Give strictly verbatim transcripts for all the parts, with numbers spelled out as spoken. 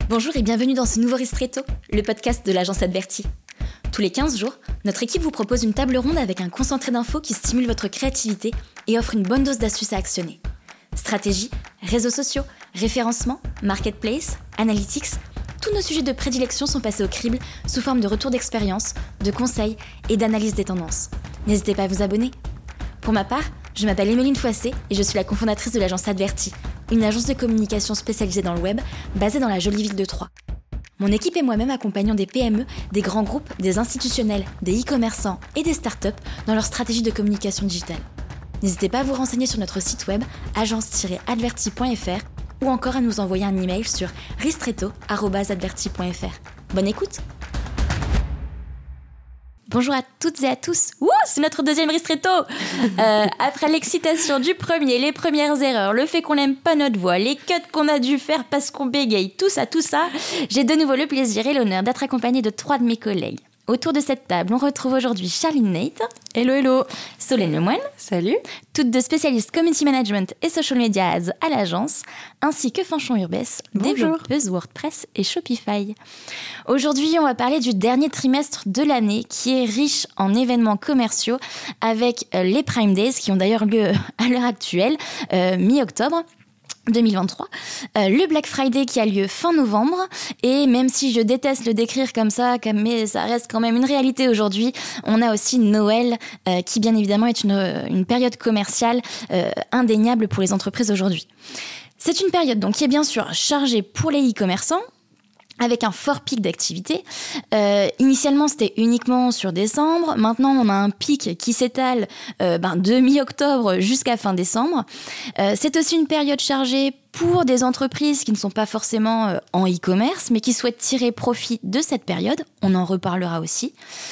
Bonjour et bienvenue dans ce nouveau Ristretto, le podcast de l'agence Adverti. Tous les quinze jours, notre équipe vous propose une table ronde avec un concentré d'infos qui stimule votre créativité et offre une bonne dose d'astuces à actionner. Stratégie, réseaux sociaux, référencement, marketplace, analytics, tous nos sujets de prédilection sont passés au crible sous forme de retours d'expérience, de conseils et d'analyse des tendances. N'hésitez pas à vous abonner. Pour ma part, je m'appelle Emeline Foissé et je suis la cofondatrice de l'agence Adverti, une agence de communication spécialisée dans le web, basée dans la jolie ville de Troyes. Mon équipe et moi-même accompagnons des P M E, des grands groupes, des institutionnels, des e-commerçants et des startups dans leur stratégie de communication digitale. N'hésitez pas à vous renseigner sur notre site web agence tiret adverti point f r ou encore à nous envoyer un email sur ristretto arobase adverti point f r. Bonne écoute! Bonjour à toutes et à tous. Ouh, c'est notre deuxième Ristretto. Euh, après l'excitation du premier, les premières erreurs, le fait qu'on n'aime pas notre voix, les cuts qu'on a dû faire parce qu'on bégaye, tout ça, tout ça, j'ai de nouveau le plaisir et l'honneur d'être accompagnée de trois de mes collègues. Autour de cette table, on retrouve aujourd'hui Charline Nate. Hello, hello. Solène Lemoine. Salut. Toutes deux spécialistes community management et social media ads à l'agence, ainsi que Fanchon Urbès, développeuse WordPress et Shopify. Aujourd'hui, on va parler du dernier trimestre de l'année qui est riche en événements commerciaux avec les Prime Days qui ont d'ailleurs lieu à l'heure actuelle, euh, mi-octobre. deux mille vingt-trois, euh, le Black Friday qui a lieu fin novembre, et même si je déteste le décrire comme ça, mais ça reste quand même une réalité aujourd'hui, on a aussi Noël euh, qui bien évidemment est une, une période commerciale euh, indéniable pour les entreprises aujourd'hui. C'est une période donc qui est bien sûr chargée pour les e-commerçants, avec un fort pic d'activité. Euh, initialement, c'était uniquement sur décembre. Maintenant, on a un pic qui s'étale euh, ben, de mi-octobre jusqu'à fin décembre. Euh, c'est aussi une période chargée pour des entreprises qui ne sont pas forcément euh, en e-commerce, mais qui souhaitent tirer profit de cette période. On en reparlera aussi.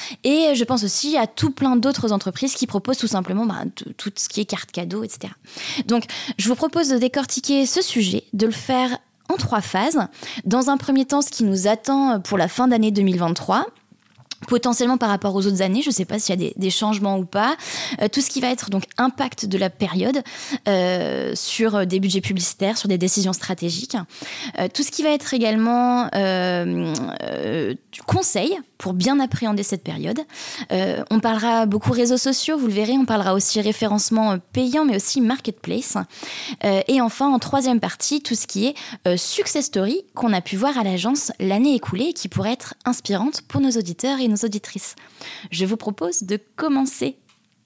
Et je pense aussi à tout plein d'autres entreprises qui proposent tout simplement ben, t- tout ce qui est carte cadeau, et cetera. Donc, je vous propose de décortiquer ce sujet, de le faire en trois phases. Dans un premier temps, ce qui nous attend pour la fin d'année deux mille vingt-trois, potentiellement par rapport aux autres années, je ne sais pas s'il y a des, des changements ou pas, euh, tout ce qui va être donc impact de la période euh, sur des budgets publicitaires, sur des décisions stratégiques, euh, tout ce qui va être également euh, euh, du conseil pour bien appréhender cette période. Euh, on parlera beaucoup réseaux sociaux, vous le verrez, on parlera aussi référencement payant, mais aussi marketplace. Euh, et enfin, en troisième partie, tout ce qui est euh, success story qu'on a pu voir à l'agence l'année écoulée et qui pourrait être inspirante pour nos auditeurs et nos auditrices. Je vous propose de commencer.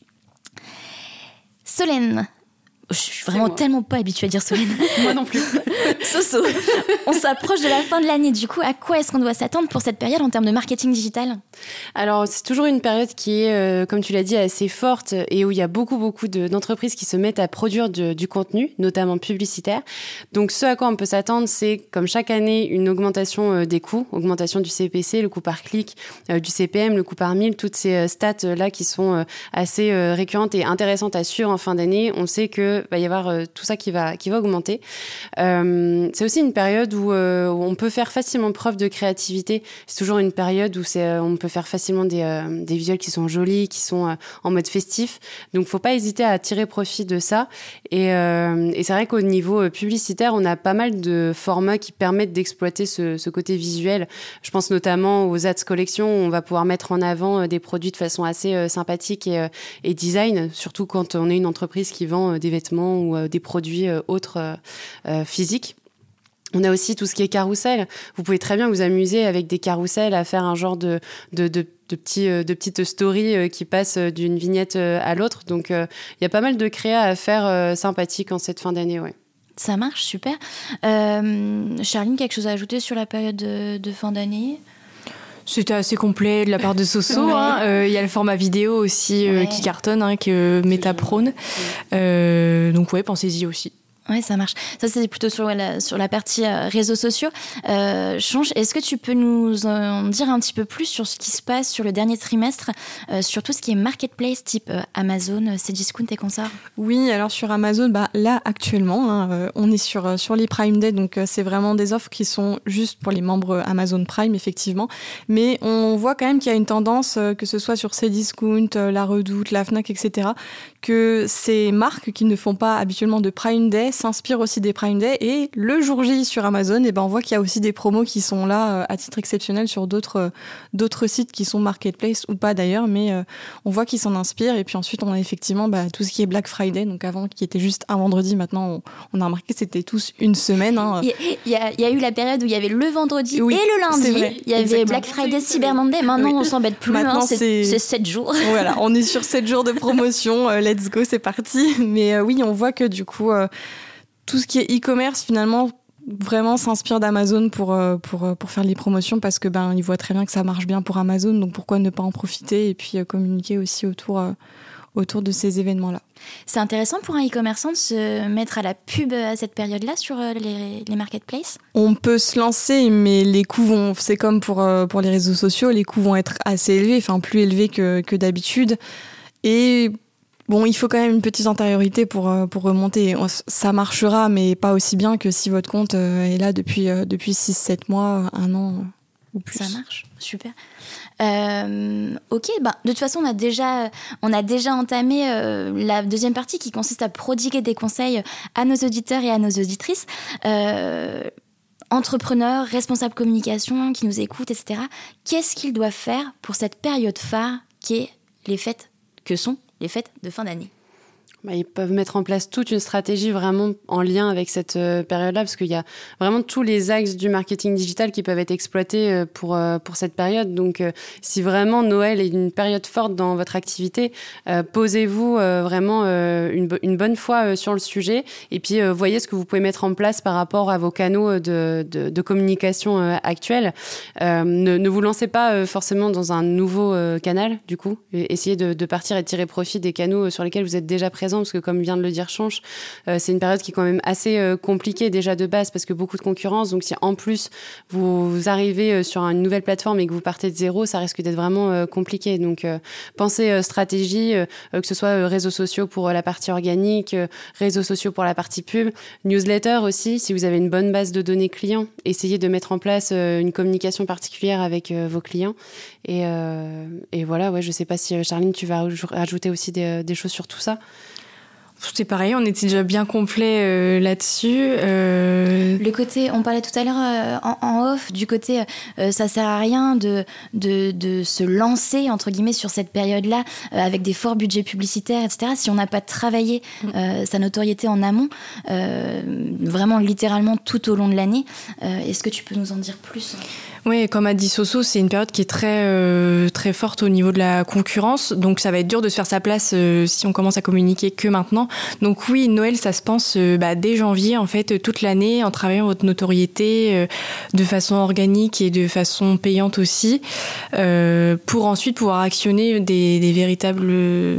Solène. Je suis vraiment tellement pas habituée à dire Solène. Moi non plus. Soso. On s'approche de la fin de l'année. Du coup, à quoi est-ce qu'on doit s'attendre pour cette période en termes de marketing digital ? Alors, c'est toujours une période qui est, euh, comme tu l'as dit, assez forte et où il y a beaucoup, beaucoup de, d'entreprises qui se mettent à produire de, du contenu, notamment publicitaire. Donc, ce à quoi on peut s'attendre, c'est, comme chaque année, une augmentation euh, des coûts, augmentation du C P C, le coût par clic, euh, du C P M, le coût par mille, toutes ces euh, stats-là qui sont euh, assez euh, récurrentes et intéressantes à suivre en fin d'année. On sait que va y avoir euh, tout ça qui va, qui va augmenter. Euh, c'est aussi une période où, euh, où on peut faire facilement preuve de créativité. C'est toujours une période où c'est, euh, on peut faire facilement des, euh, des visuels qui sont jolis, qui sont euh, en mode festif. Donc, faut pas hésiter à tirer profit de ça. Et, euh, et c'est vrai qu'au niveau publicitaire, on a pas mal de formats qui permettent d'exploiter ce, ce côté visuel. Je pense notamment aux ads collections. On va pouvoir mettre en avant des produits de façon assez euh, sympathique et, euh, et design, surtout quand on est une entreprise qui vend euh, des vêtements ou euh, des produits euh, autres euh, euh, physiques. On a aussi tout ce qui est carrousel. Vous pouvez très bien vous amuser avec des carousels à faire un genre de, de, de, de, petits, de petites stories qui passent d'une vignette à l'autre. Donc, il euh, y a pas mal de créas à faire euh, sympathiques en cette fin d'année, ouais. Ça marche, super. Euh, Charline, quelque chose à ajouter sur la période de, de fin d'année ? C'était assez complet de la part de Soso. Il ouais. hein. euh, y a le format vidéo aussi euh, ouais. qui cartonne, hein, que Meta prône. Euh, donc ouais, pensez-y aussi. Ouais, ça marche. Ça, c'est plutôt sur la, sur la partie euh, réseaux sociaux. Euh, Change, est-ce que tu peux nous en dire un petit peu plus sur ce qui se passe sur le dernier trimestre, euh, sur tout ce qui est marketplace type euh, Amazon, Cdiscount et consorts ? Oui, alors sur Amazon, bah, là, actuellement, hein, euh, on est sur, sur les Prime Day, donc euh, c'est vraiment des offres qui sont juste pour les membres Amazon Prime, effectivement. Mais on voit quand même qu'il y a une tendance, euh, que ce soit sur Cdiscount, euh, La Redoute, la Fnac, et cetera, que ces marques qui ne font pas habituellement de Prime Day s'inspire aussi des Prime Day. Et le jour J sur Amazon, et ben, on voit qu'il y a aussi des promos qui sont là à titre exceptionnel sur d'autres, euh, d'autres sites qui sont marketplace ou pas d'ailleurs, mais euh, on voit qu'ils s'en inspirent. Et puis ensuite, on a effectivement bah, tout ce qui est Black Friday, donc avant qui était juste un vendredi, maintenant on, on a remarqué que c'était tous une semaine. Hein. Il, y a, il y a eu la période où il y avait le vendredi oui, et le lundi. C'est vrai. Il y avait Exactement. Black Friday, Cyber Monday. Maintenant, oui. on s'embête plus. Maintenant, hein, c'est, c'est... c'est sept jours. Voilà, on est sur sept jours de promotion. euh, let's go, c'est parti. Mais euh, oui, on voit que du coup, euh, tout ce qui est e-commerce, finalement, vraiment s'inspire d'Amazon pour, euh, pour, pour faire les promotions parce que ben, ils voient très bien que ça marche bien pour Amazon. Donc pourquoi ne pas en profiter et puis euh, communiquer aussi autour, euh, autour de ces événements-là. C'est intéressant pour un e-commerçant de se mettre à la pub à cette période-là sur les, les marketplaces ? On peut se lancer, mais les coûts vont... C'est comme pour, euh, pour les réseaux sociaux, les coûts vont être assez élevés, enfin plus élevés que, que d'habitude. Et bon, il faut quand même une petite antériorité pour, pour remonter. Ça marchera, mais pas aussi bien que si votre compte est là depuis, depuis six sept mois, un an ou plus. Ça marche, super. Euh, ok, bah, de toute façon, on a déjà, on a déjà entamé euh, la deuxième partie qui consiste à prodiguer des conseils à nos auditeurs et à nos auditrices. Euh, entrepreneurs, responsables communication qui nous écoutent, et cetera. Qu'est-ce qu'ils doivent faire pour cette période phare qui est les fêtes, que sont les fêtes de fin d'année ? Bah, ils peuvent mettre en place toute une stratégie vraiment en lien avec cette euh, période-là, parce qu'il y a vraiment tous les axes du marketing digital qui peuvent être exploités euh, pour, euh, pour cette période. Donc, euh, si vraiment Noël est une période forte dans votre activité, euh, posez-vous euh, vraiment euh, une, une bonne fois euh, sur le sujet et puis euh, voyez ce que vous pouvez mettre en place par rapport à vos canaux de, de, de communication euh, actuels. Euh, ne, ne vous lancez pas euh, forcément dans un nouveau euh, canal, du coup. Et essayez de, de partir et de tirer profit des canaux sur lesquels vous êtes déjà présents, parce que comme vient de le dire Chanche, euh, c'est une période qui est quand même assez euh, compliquée déjà de base parce que beaucoup de concurrence. Donc si en plus vous, vous arrivez euh, sur une nouvelle plateforme et que vous partez de zéro, ça risque d'être vraiment euh, compliqué. Donc euh, pensez euh, stratégie, euh, que ce soit euh, réseaux sociaux pour euh, la partie organique, euh, réseaux sociaux pour la partie pub, newsletter aussi. Si vous avez une bonne base de données clients, essayez de mettre en place euh, une communication particulière avec euh, vos clients. Et, euh, et voilà, ouais, je sais pas si Charline, tu vas rajouter aussi des, des choses sur tout ça. C'est pareil, on était déjà bien complet euh, là-dessus. Euh... Le côté, on parlait tout à l'heure euh, en, en off, du côté, euh, ça sert à rien de, de, de se lancer, entre guillemets, sur cette période-là, euh, avec des forts budgets publicitaires, et cetera, si on n'a pas travaillé euh, sa notoriété en amont, euh, vraiment littéralement tout au long de l'année. Euh, est-ce que tu peux nous en dire plus ? Oui, comme a dit Soso, c'est une période qui est très, euh, très forte au niveau de la concurrence. Donc, ça va être dur de se faire sa place euh, si on commence à communiquer que maintenant. Donc oui, Noël, ça se pense euh, bah, dès janvier, en fait, toute l'année, en travaillant votre notoriété euh, de façon organique et de façon payante aussi, euh, pour ensuite pouvoir actionner des, des, véritables,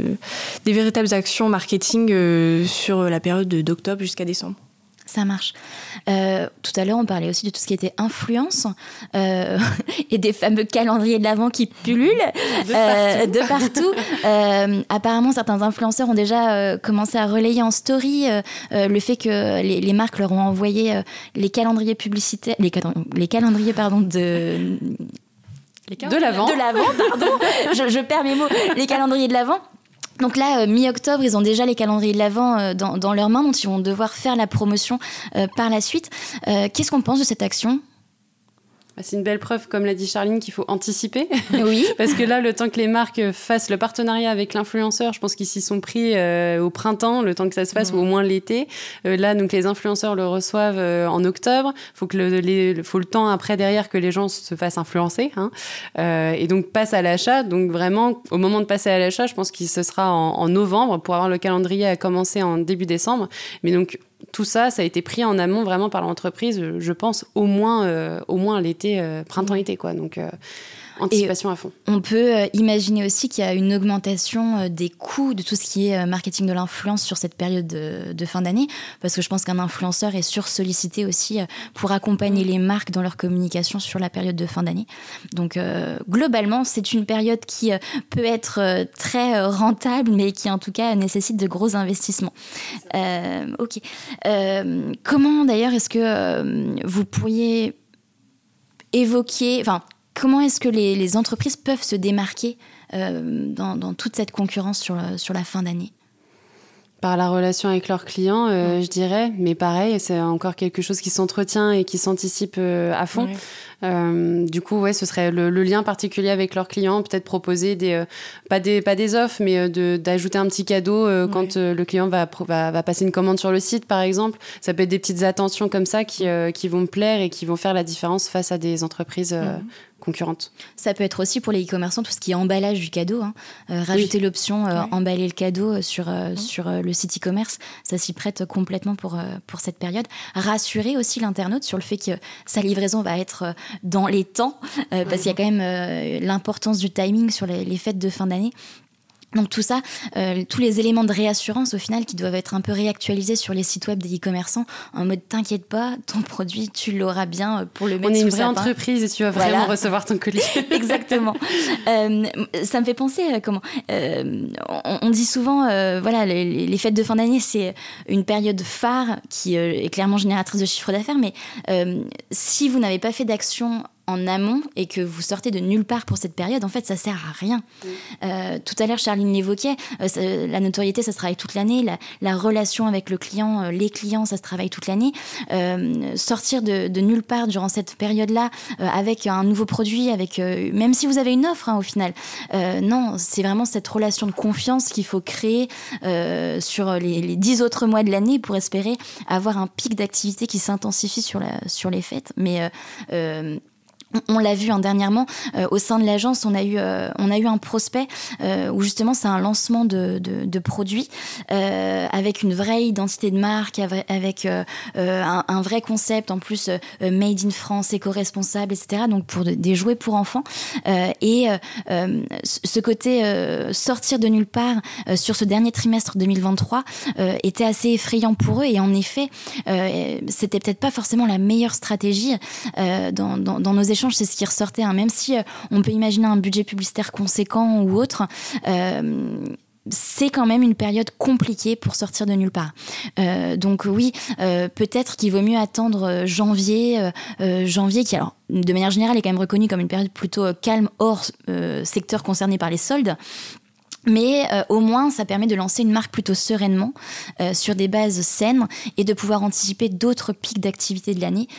des véritables actions marketing euh, sur la période d'octobre jusqu'à décembre. Ça marche. Euh, tout à l'heure, on parlait aussi de tout ce qui était influence euh, et des fameux calendriers de l'Avent qui pullulent de euh, partout. De partout. Euh, apparemment, certains influenceurs ont déjà euh, commencé à relayer en story euh, euh, le fait que les, les marques leur ont envoyé euh, les calendriers publicitaires, les, les calendriers pardon de de l'Avent. De l'Avent, pardon. je, je perds mes mots. Les calendriers de l'Avent. Donc là, euh, mi-octobre, ils ont déjà les calendriers de l'Avent euh, dans, dans leurs mains, donc ils vont devoir faire la promotion euh, par la suite. Euh, qu'est-ce qu'on pense de cette action ? C'est une belle preuve, comme l'a dit Charline, qu'il faut anticiper. Oui. Parce que là, le temps que les marques fassent le partenariat avec l'influenceur, je pense qu'ils s'y sont pris euh, au printemps, le temps que ça se fasse, mmh. ou au moins l'été. Euh, là, donc les influenceurs le reçoivent euh, en octobre. Faut que le, les, faut le temps après derrière que les gens se fassent influencer, hein. Euh, et donc passent à l'achat. Donc vraiment, au moment de passer à l'achat, je pense qu'il se sera en, en novembre pour avoir le calendrier à commencer en début décembre. Mais donc tout ça, ça a été pris en amont vraiment par l'entreprise, je pense, au moins, euh, au moins l'été, euh, printemps-été, quoi. Donc, euh, anticipation et à fond. On peut euh, imaginer aussi qu'il y a une augmentation euh, des coûts de tout ce qui est euh, marketing de l'influence sur cette période de, de fin d'année, parce que je pense qu'un influenceur est sursollicité aussi euh, pour accompagner mmh. les marques dans leur communication sur la période de fin d'année. Donc, euh, globalement, c'est une période qui euh, peut être euh, très euh, rentable, mais qui, en tout cas, nécessite de gros investissements. Euh, ok. Euh, comment, d'ailleurs, est-ce que euh, vous pourriez évoquer... Enfin, comment est-ce que les, les entreprises peuvent se démarquer euh, dans, dans toute cette concurrence sur, le, sur la fin d'année ? Par la relation avec leurs clients, euh, ouais. je dirais. Mais pareil, c'est encore quelque chose qui s'entretient et qui s'anticipe euh, à fond. Ouais. Euh, du coup, ouais, ce serait le, le lien particulier avec leurs clients. Peut-être proposer des, euh, pas des, pas des offres, mais euh, de, d'ajouter un petit cadeau euh, ouais. quand euh, le client va, va, va passer une commande sur le site, par exemple. Ça peut être des petites attentions comme ça qui, euh, qui vont me plaire et qui vont faire la différence face à des entreprises euh, mmh. concurrentes. Ça peut être aussi pour les e-commerçants tout ce qui est emballage du cadeau. Hein. Euh, rajouter oui. l'option euh, ouais. emballer le cadeau sur, euh, mmh. sur euh, le site e-commerce, ça s'y prête complètement pour, euh, pour cette période. Rassurer aussi l'internaute sur le fait que sa livraison va être euh, dans les temps, euh, parce mmh. qu'il y a quand même euh, l'importance du timing sur les, les fêtes de fin d'année. Donc tout ça, euh, tous les éléments de réassurance au final qui doivent être un peu réactualisés sur les sites web des e-commerçants en mode t'inquiète pas, ton produit tu l'auras bien pour le mettre sous On est une vraie sapin. Entreprise et tu vas vraiment voilà. recevoir ton colis. Exactement. euh, ça me fait penser euh, comment euh, on, on dit souvent euh, voilà les, les fêtes de fin d'année c'est une période phare qui euh, est clairement génératrice de chiffre d'affaires, mais euh, si vous n'avez pas fait d'action en amont et que vous sortez de nulle part pour cette période, en fait, ça sert à rien. Mmh. Euh, tout à l'heure, Charline l'évoquait, euh, ça, la notoriété, ça se travaille toute l'année, la, la relation avec le client, euh, les clients, ça se travaille toute l'année. Euh, sortir de, de nulle part durant cette période-là euh, avec un nouveau produit, avec euh, même si vous avez une offre, hein, au final, euh, non, c'est vraiment cette relation de confiance qu'il faut créer euh, sur les, les dix autres mois de l'année pour espérer avoir un pic d'activité qui s'intensifie sur, la, sur les fêtes. Mais euh, euh, on l'a vu hein, dernièrement, euh, au sein de l'agence, on a eu, euh, on a eu un prospect euh, où justement c'est un lancement de, de, de produits euh, avec une vraie identité de marque, avec euh, un, un vrai concept, en plus euh, made in France, éco-responsable, et cetera. Donc pour de, des jouets pour enfants. Euh, et euh, ce côté euh, sortir de nulle part euh, sur ce dernier trimestre deux mille vingt-trois euh, était assez effrayant pour eux. Et en effet, euh, c'était peut-être pas forcément la meilleure stratégie euh, dans, dans, dans nos échanges. C'est ce qui ressortait, hein. Même si euh, on peut imaginer un budget publicitaire conséquent ou autre, euh, c'est quand même une période compliquée pour sortir de nulle part. Euh, donc oui, euh, peut-être qu'il vaut mieux attendre janvier, euh, janvier qui, alors, de manière générale, est quand même reconnu comme une période plutôt calme hors euh, secteur concerné par les soldes. Mais euh, au moins, ça permet de lancer une marque plutôt sereinement, euh, sur des bases saines et de pouvoir anticiper d'autres pics d'activité de l'année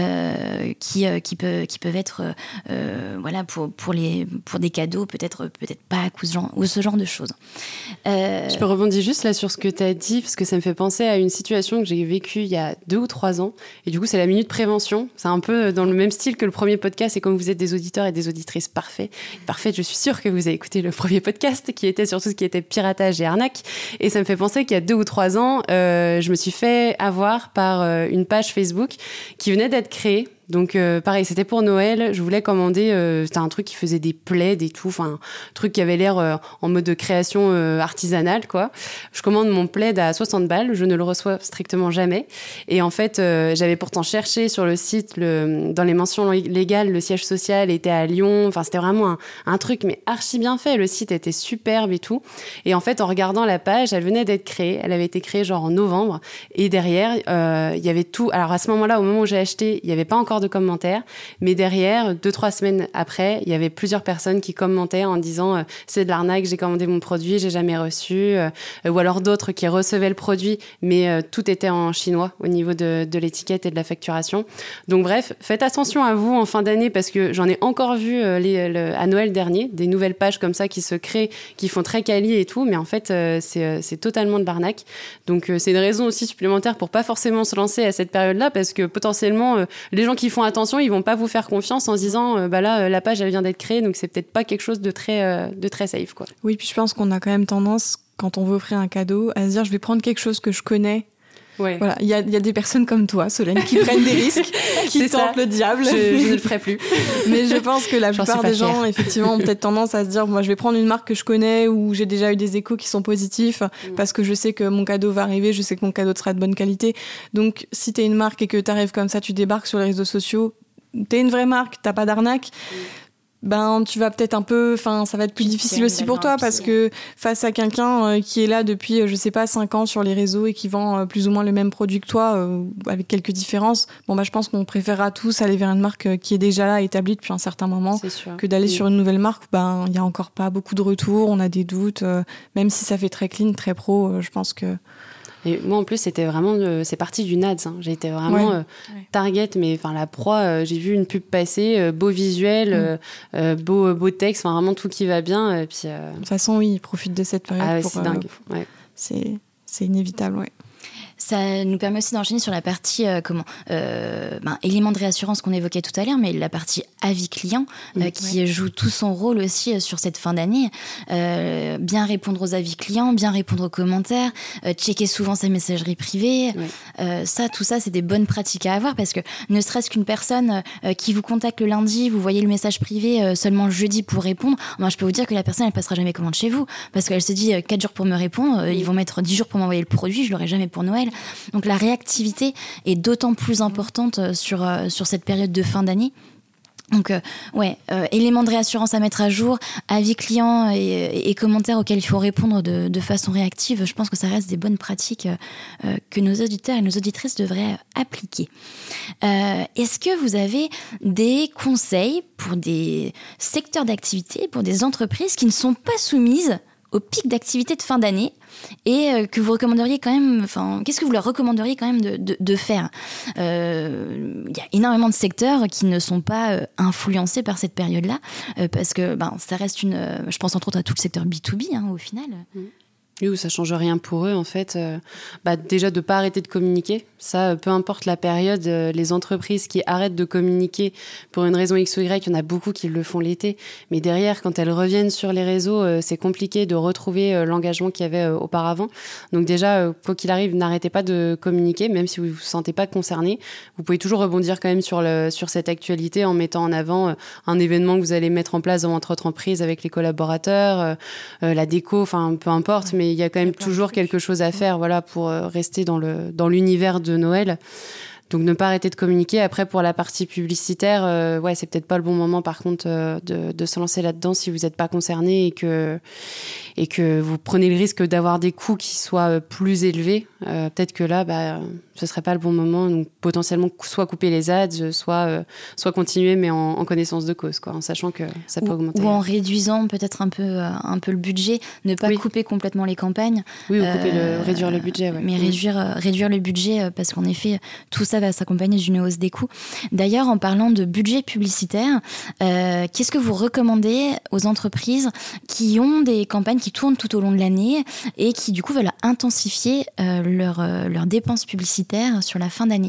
euh, qui, euh, qui, peut, qui peuvent être euh, voilà, pour, pour, les, pour des cadeaux, peut-être, peut-être Pâques ou ce genre, ou ce genre de choses. Euh... Je peux rebondir juste là sur ce que tu as dit, parce que ça me fait penser à une situation que j'ai vécue il y a deux ou trois ans. Et du coup, c'est la minute prévention. C'est un peu dans le même style que le premier podcast. Et comme vous êtes des auditeurs et des auditrices parfaits, parfaites, je suis sûre que vous avez écouté le premier podcast qui était sur tout ce qui était piratage et arnaque. Et ça me fait penser qu'il y a deux ou trois ans, euh, je me suis fait avoir par euh, une page Facebook qui venait d'être créée. Donc euh, pareil, c'était pour Noël, je voulais commander, euh, c'était un truc qui faisait des plaids et tout, enfin un truc qui avait l'air euh, en mode de création euh, artisanale, quoi. Je commande mon plaid à soixante balles, je ne le reçois strictement jamais. Et en fait, euh, j'avais pourtant cherché sur le site, le, dans les mentions légales, le siège social était à Lyon, enfin c'était vraiment un, un truc mais archi bien fait, le site était superbe et tout. Et en fait, en regardant la page, elle venait d'être créée, elle avait été créée genre en novembre, et derrière, euh, il y avait tout. Alors à ce moment-là, au moment où j'ai acheté, il n'y avait pas encore de commentaires, mais derrière, deux, trois semaines après, il y avait plusieurs personnes qui commentaient en disant euh, c'est de l'arnaque, j'ai commandé mon produit, j'ai jamais reçu, euh, ou alors d'autres qui recevaient le produit, mais euh, tout était en chinois au niveau de, de l'étiquette et de la facturation. Donc bref, faites attention à vous en fin d'année, parce que j'en ai encore vu euh, les, le, à Noël dernier, des nouvelles pages comme ça qui se créent, qui font très quali et tout, mais en fait, euh, c'est, euh, c'est totalement de l'arnaque. Donc euh, c'est une raison aussi supplémentaire pour pas forcément se lancer à cette période-là, parce que potentiellement, euh, les gens qui font attention, ils vont pas vous faire confiance en se disant euh, bah là la page elle vient d'être créée, donc c'est peut-être pas quelque chose de très euh, de très safe, quoi. Oui, puis je pense qu'on a quand même tendance, quand on veut offrir un cadeau, à se dire je vais prendre quelque chose que je connais. Ouais. Voilà, il y a, y a des personnes comme toi, Solène, qui prennent des risques, qui tentent le diable. Je, je ne le ferai plus. Mais je pense que la J'en plupart des gens, effectivement, ont peut-être tendance à se dire, moi, je vais prendre une marque que je connais, où j'ai déjà eu des échos qui sont positifs, mmh. parce que je sais que mon cadeau va arriver, je sais que mon cadeau sera de bonne qualité. Donc, si t'es une marque et que t'arrives comme ça, tu débarques sur les réseaux sociaux, t'es une vraie marque, t'as pas d'arnaque. Mmh. ben tu vas peut-être un peu, enfin ça va être plus difficile aussi pour toi parce que face à quelqu'un euh, qui est là depuis euh, je sais pas cinq ans sur les réseaux et qui vend euh, plus ou moins le même produit que toi euh, avec quelques différences, bon bah je pense qu'on préférera tous aller vers une marque euh, qui est déjà là établie depuis un certain moment que d'aller oui. sur une nouvelle marque où ben il y a encore pas beaucoup de retours, on a des doutes, euh, même si ça fait très clean, très pro, euh, je pense que Et moi, en plus, c'était vraiment, euh, c'est parti du Nads. Hein. J'ai été vraiment ouais. euh, target, mais enfin la proie. Euh, j'ai vu une pub passer, euh, beau visuel, mm. euh, euh, beau beau texte, enfin vraiment tout qui va bien. Et puis. Euh... De toute façon, oui, ils profitent de cette période. Ah ouais, pour, c'est euh, dingue. Ouais. C'est c'est inévitable, ouais. Ça nous permet aussi d'enchaîner sur la partie euh, comment euh, ben, éléments de réassurance qu'on évoquait tout à l'heure, mais la partie avis client euh, qui ouais. joue tout son rôle aussi euh, sur cette fin d'année. Euh, bien répondre aux avis clients, bien répondre aux commentaires, euh, checker souvent sa messagerie privée. Ouais. Euh, ça, tout ça, c'est des bonnes pratiques à avoir parce que ne serait-ce qu'une personne euh, qui vous contacte le lundi, vous voyez le message privé euh, seulement le jeudi pour répondre. Moi, je peux vous dire que la personne, elle passera jamais commande chez vous parce qu'elle se dit euh, quatre jours pour me répondre, euh, ils vont mettre dix jours pour m'envoyer le produit, je l'aurai jamais pour Noël. Donc la réactivité est d'autant plus importante sur, euh, sur cette période de fin d'année. Donc, euh, ouais, euh, éléments de réassurance à mettre à jour, avis clients et, et, et commentaires auxquels il faut répondre de, de façon réactive. Je pense que ça reste des bonnes pratiques euh, que nos auditeurs et nos auditrices devraient appliquer. Euh, est-ce que vous avez des conseils pour des secteurs d'activité, pour des entreprises qui ne sont pas soumises au pic d'activité de fin d'année et euh, que vous recommanderiez quand même, enfin, qu'est-ce que vous leur recommanderiez quand même de, de, de faire ? Euh, y a énormément de secteurs qui ne sont pas euh, influencés par cette période-là, euh, parce que ben, ça reste une, euh, je pense entre autres à tout le secteur B deux B hein, au final. Mmh. Oui, où ça change rien pour eux en fait. Euh, bah, déjà de pas arrêter de communiquer, ça, peu importe la période, euh, les entreprises qui arrêtent de communiquer pour une raison X ou Y, il y en a beaucoup qui le font l'été. Mais derrière, quand elles reviennent sur les réseaux, euh, c'est compliqué de retrouver euh, l'engagement qu'il y avait euh, auparavant. Donc déjà, euh, quoi qu'il arrive, n'arrêtez pas de communiquer, même si vous vous sentez pas concerné. Vous pouvez toujours rebondir quand même sur le sur cette actualité en mettant en avant euh, un événement que vous allez mettre en place dans votre entreprise avec les collaborateurs, euh, euh, la déco, enfin peu importe. Ouais. Mais il y a quand même toujours quelque chose à faire, voilà, pour rester dans le dans l'univers de Noël. Donc ne pas arrêter de communiquer. Après, pour la partie publicitaire, euh, ouais, c'est peut-être pas le bon moment, par contre, euh, de, de se lancer là-dedans si vous n'êtes pas concerné et que et que vous prenez le risque d'avoir des coûts qui soient plus élevés. Euh, peut-être que là, bah, ce serait pas le bon moment. Donc potentiellement, soit couper les ads, soit euh, soit continuer, mais en, en connaissance de cause, quoi, en sachant que ça peut ou, augmenter. Ou en réduisant peut-être un peu euh, un peu le budget, ne pas oui. couper complètement les campagnes. Oui, ou couper euh, le, réduire le budget. Ouais. Mais oui. réduire euh, réduire le budget euh, parce qu'en effet, tout ça va s'accompagner d'une hausse des coûts. D'ailleurs, en parlant de budget publicitaire, euh, qu'est-ce que vous recommandez aux entreprises qui ont des campagnes qui tournent tout au long de l'année et qui du coup veulent intensifier euh, leurs euh, leurs dépenses publicitaires sur la fin d'année ?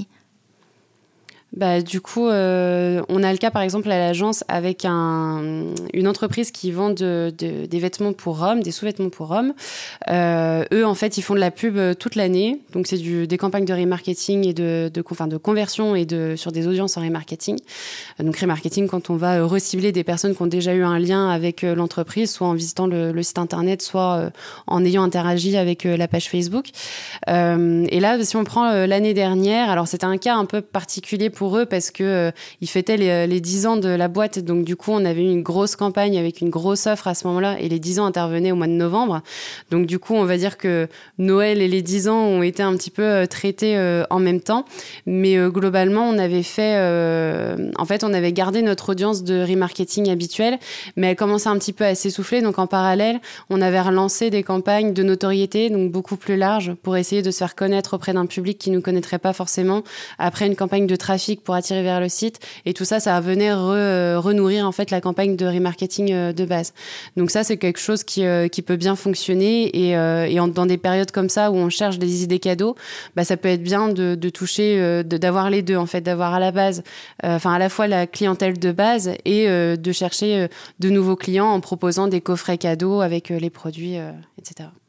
Bah, du coup, euh, on a le cas, par exemple, à l'agence avec un, une entreprise qui vend de, de, des vêtements pour hommes, des sous-vêtements pour hommes. Euh, eux, en fait, ils font de la pub toute l'année. Donc, c'est du, des campagnes de remarketing et de, de, enfin, de conversion et de, sur des audiences en remarketing. Donc, remarketing, quand on va recibler des personnes qui ont déjà eu un lien avec l'entreprise, soit en visitant le, le site internet, soit en ayant interagi avec la page Facebook. Euh, et là, si on prend l'année dernière, alors c'était un cas un peu particulier pour pour eux parce que euh, ils fêtaient les, les dix ans de la boîte, donc du coup on avait eu une grosse campagne avec une grosse offre à ce moment-là et les dix ans intervenaient au mois de novembre, donc du coup on va dire que Noël et les dix ans ont été un petit peu euh, traités euh, en même temps, mais euh, globalement on avait fait euh, en fait on avait gardé notre audience de remarketing habituelle, mais elle commençait un petit peu à s'essouffler, donc en parallèle on avait relancé des campagnes de notoriété, donc beaucoup plus larges, pour essayer de se faire connaître auprès d'un public qui nous connaîtrait pas forcément, après une campagne de trafic pour attirer vers le site, et tout ça, ça venait re, renourrir en fait la campagne de remarketing de base. Donc ça, c'est quelque chose qui, euh, qui peut bien fonctionner, et, euh, et en, dans des périodes comme ça où on cherche des idées cadeaux, bah, ça peut être bien de, de toucher, euh, de, d'avoir les deux en fait, d'avoir à la base, enfin euh, à la fois la clientèle de base et euh, de chercher euh, de nouveaux clients en proposant des coffrets cadeaux avec euh, les produits, euh, et cetera.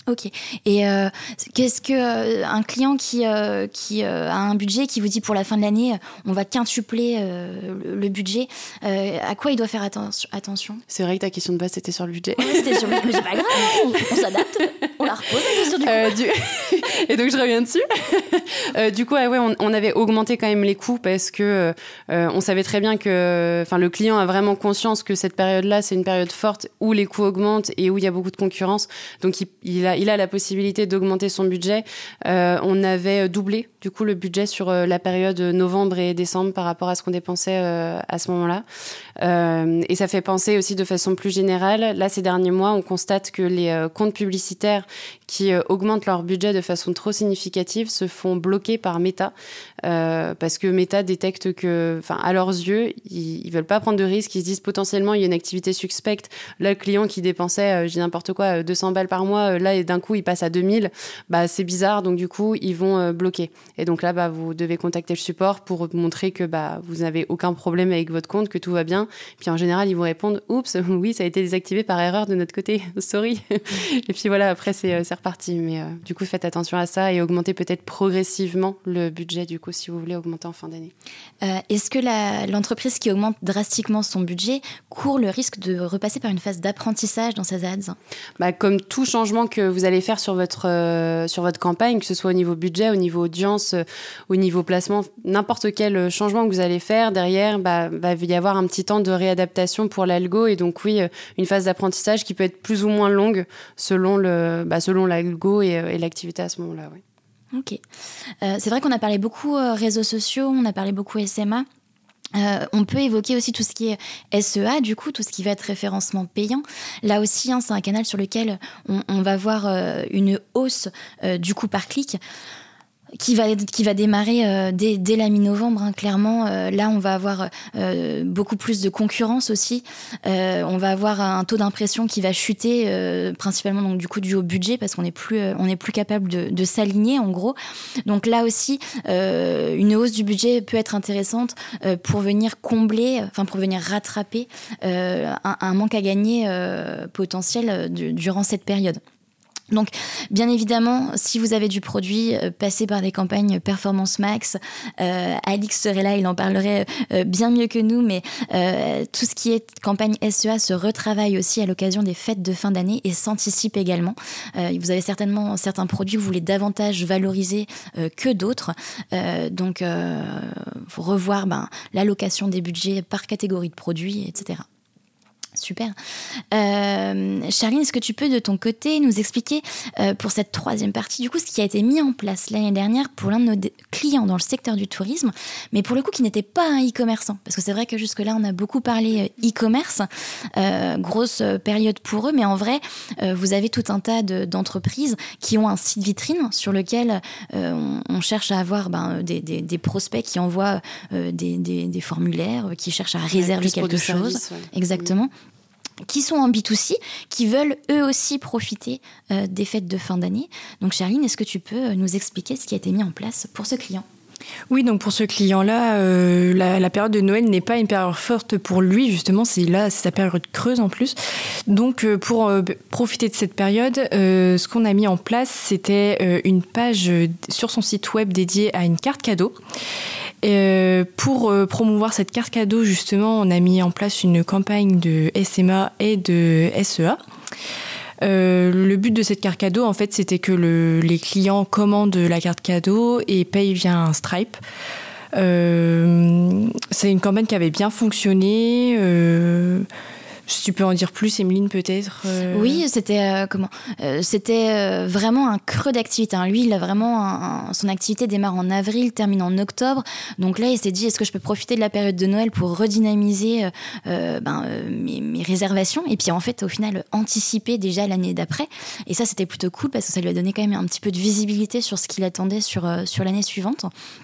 Ok. Et euh, qu'est-ce que euh, un client qui euh, qui euh, a un budget qui vous dit pour la fin de l'année, on va quintupler euh, le, le budget, euh, à quoi il doit faire atten- attention? C'est vrai que ta question de base c'était sur le budget. Ouais, c'était sur le budget, mais c'est pas grave, on, on s'adapte, on la repose la question du coup. Euh, du... Et donc je reviens dessus. euh, du coup, ah ouais, on, on avait augmenté quand même les coûts parce que euh, on savait très bien que, enfin, le client a vraiment conscience que cette période-là, c'est une période forte où les coûts augmentent et où il y a beaucoup de concurrence. Donc il, il a Il a la possibilité d'augmenter son budget. Euh, on avait doublé du coup le budget sur euh, la période novembre et décembre par rapport à ce qu'on dépensait euh, à ce moment-là. Euh, et ça fait penser aussi de façon plus générale. Là, ces derniers mois, on constate que les euh, comptes publicitaires qui euh, augmentent leur budget de façon trop significative se font bloquer par Meta euh, parce que Meta détecte que, enfin, à leurs yeux, ils, ils veulent pas prendre de risques. Ils se disent potentiellement il y a une activité suspecte. Là, le client qui dépensait, euh, je dis n'importe quoi, deux cents balles par mois, euh, là, et d'un coup, il passe à deux mille. Bah, c'est bizarre. Donc, du coup, ils vont euh, bloquer. Et donc là, bah, vous devez contacter le support pour montrer que bah, vous n'avez aucun problème avec votre compte, que tout va bien. Puis en général, ils vont répondre « Oups, oui, ça a été désactivé par erreur de notre côté. Sorry. » Et puis voilà, après, c'est, c'est reparti. Mais euh, du coup, faites attention à ça et augmentez peut-être progressivement le budget, du coup, si vous voulez augmenter en fin d'année. Euh, est-ce que la, l'entreprise qui augmente drastiquement son budget court le risque de repasser par une phase d'apprentissage dans ses ads? Bah, comme tout changement que vous allez faire sur votre, euh, sur votre campagne, que ce soit au niveau budget, au niveau audience, euh, au niveau placement, n'importe quel changement que vous allez faire, derrière, bah, va y avoir un petit temps de réadaptation pour l'algo. Et donc, oui, une phase d'apprentissage qui peut être plus ou moins longue selon, le, bah, selon l'algo et, et l'activité à ce moment-là. Oui. Ok. Euh, c'est vrai qu'on a parlé beaucoup euh, réseaux sociaux, on a parlé beaucoup S M A. Euh, on peut évoquer aussi tout ce qui est S E A, du coup, tout ce qui va être référencement payant. Là aussi, hein, c'est un canal sur lequel on, on va voir euh, une hausse euh, du coût par clic qui va, qui va démarrer euh, dès, dès la mi-novembre, hein, clairement. Euh, là, on va avoir euh, beaucoup plus de concurrence aussi. Euh, on va avoir un taux d'impression qui va chuter, euh, principalement donc, du coup, dû au budget, parce qu'on n'est plus, euh, on n'est plus capable de, de s'aligner, en gros. Donc là aussi, euh, une hausse du budget peut être intéressante euh, pour venir combler, enfin pour venir rattraper euh, un, un manque à gagner euh, potentiel euh, du, durant cette période. Donc, bien évidemment, si vous avez du produit, euh, passez par des campagnes Performance Max. Euh, Alix serait là, il en parlerait euh, bien mieux que nous, mais euh, tout ce qui est campagne S E A se retravaille aussi à l'occasion des fêtes de fin d'année et s'anticipe également. Euh, vous avez certainement certains produits que vous voulez davantage valoriser euh, que d'autres. Euh, donc, il euh, faut revoir ben, l'allocation des budgets par catégorie de produits, et cetera. Super. Euh, Charline, est-ce que tu peux de ton côté nous expliquer euh, pour cette troisième partie du coup ce qui a été mis en place l'année dernière pour l'un de nos dé- clients dans le secteur du tourisme, mais pour le coup qui n'était pas un e-commerçant, parce que c'est vrai que jusque-là on a beaucoup parlé euh, e-commerce, euh, grosse période pour eux, mais en vrai euh, vous avez tout un tas de, d'entreprises qui ont un site vitrine sur lequel euh, on, on cherche à avoir ben, des, des, des prospects qui envoient euh, des, des, des formulaires, qui cherchent à réserver ouais, quelque chose. Service, ouais. Exactement. Mmh. Qui sont en B deux C, qui veulent eux aussi profiter euh, des fêtes de fin d'année. Donc Charline, est-ce que tu peux nous expliquer ce qui a été mis en place pour ce client ? Oui, donc pour ce client-là, euh, la, la période de Noël n'est pas une période forte pour lui, justement, c'est là, c'est sa période creuse en plus. Donc euh, pour euh, profiter de cette période, euh, ce qu'on a mis en place, c'était euh, une page sur son site web dédiée à une carte cadeau. Euh, pour euh, promouvoir cette carte cadeau, justement, on a mis en place une campagne de S M A et de S E A. Euh, le but de cette carte cadeau, en fait, c'était que le, les clients commandent la carte cadeau et payent via un Stripe. Euh, c'est une campagne qui avait bien fonctionné. Euh, Si tu peux en dire plus, Emeline, peut-être euh... Oui, c'était euh, comment euh, C'était euh, vraiment un creux d'activité. Hein. Lui, il a vraiment un, un, son activité démarre en avril, termine en octobre. Donc là, il s'est dit, est-ce que je peux profiter de la période de Noël pour redynamiser euh, ben, euh, mes, mes réservations et puis en fait, au final, anticiper déjà l'année d'après. Et ça, c'était plutôt cool parce que ça lui a donné quand même un petit peu de visibilité sur ce qu'il attendait sur euh, sur l'année suivante.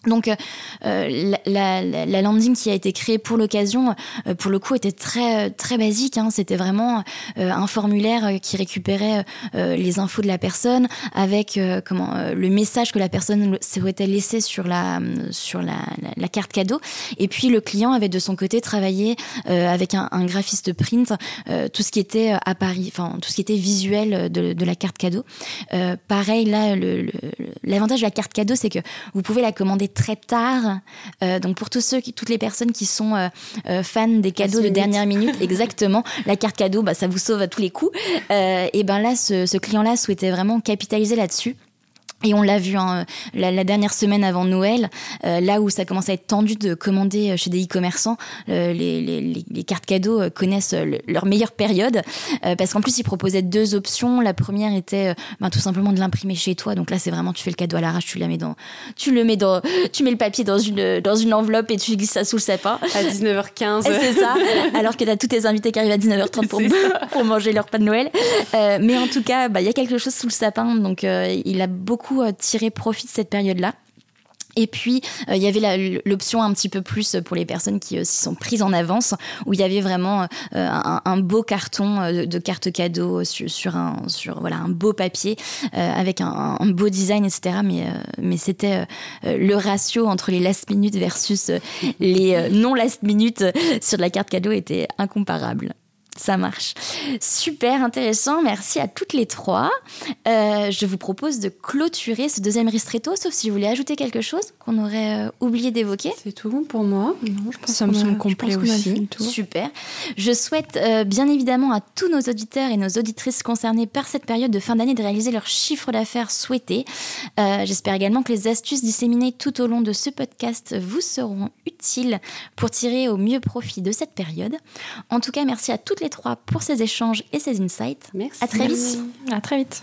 Donc euh, la, la, la landing qui a été créée pour l'occasion, euh, pour le coup, était très très basique. Hein. C'était vraiment euh, un formulaire qui récupérait euh, les infos de la personne avec euh, comment euh, le message que la personne souhaitait laisser sur la sur la, la, la carte cadeau. Et puis le client avait de son côté travaillé euh, avec un, un graphiste print euh, tout ce qui était à Paris, enfin tout ce qui était visuel de, de la carte cadeau. Euh, pareil là, le, le, l'avantage de la carte cadeau, c'est que vous pouvez la commander très tard, euh, donc pour tous ceux qui, toutes les personnes qui sont euh, euh, fans des cadeaux de dernière minute, exactement, la carte cadeau, bah, ça vous sauve à tous les coups. Euh, et ben là, ce, ce client-là souhaitait vraiment capitaliser là-dessus. Et on l'a vu hein, la, la dernière semaine avant Noël, euh, là où ça commence à être tendu de commander chez des e-commerçants, euh, les, les, les cartes cadeaux connaissent le, leur meilleure période, euh, parce qu'en plus ils proposaient deux options. La première était euh, ben, tout simplement de l'imprimer chez toi. Donc là c'est vraiment tu fais le cadeau à l'arrache, tu la mets dans, tu le mets dans, tu mets le papier dans une dans une enveloppe et tu glisses ça sous le sapin à dix-neuf heures quinze. Et c'est ça. Alors que t'as tous tes invités qui arrivent à dix-neuf heures trente pour, pour manger leur repas de Noël. Euh, mais en tout cas, bah il y a quelque chose sous le sapin, donc euh, il a beaucoup tirer profit de cette période-là. Et puis, il euh, y avait la, l'option un petit peu plus pour les personnes qui euh, s'y sont prises en avance, où il y avait vraiment euh, un, un beau carton euh, de, de cartes cadeaux sur, sur, un, sur voilà, un beau papier, euh, avec un, un beau design, et cetera. Mais, euh, mais c'était euh, le ratio entre les last minute versus euh, les euh, non last minute sur la carte cadeau était incomparable. Ça marche. Super intéressant. Merci à toutes les trois. Euh, je vous propose de clôturer ce deuxième ristretto, sauf si vous voulez ajouter quelque chose qu'on aurait euh, oublié d'évoquer. C'est tout bon pour moi. Non, je pense ça me semble complet aussi. Super. Je souhaite euh, bien évidemment à tous nos auditeurs et nos auditrices concernés par cette période de fin d'année de réaliser leur chiffre d'affaires souhaité. Euh, j'espère également que les astuces disséminées tout au long de ce podcast vous seront utiles pour tirer au mieux profit de cette période. En tout cas, merci à toutes les trois pour ces échanges et ces insights. Merci. À très vite. Merci. À très vite.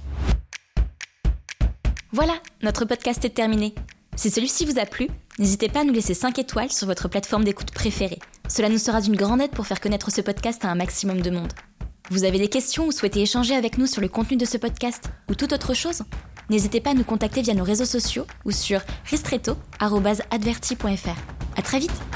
Voilà, notre podcast est terminé. Si celui-ci vous a plu, n'hésitez pas à nous laisser cinq étoiles sur votre plateforme d'écoute préférée. Cela nous sera d'une grande aide pour faire connaître ce podcast à un maximum de monde. Vous avez des questions ou souhaitez échanger avec nous sur le contenu de ce podcast ou toute autre chose ? N'hésitez pas à nous contacter via nos réseaux sociaux ou sur ristretto arobase adverti point f r. À très vite.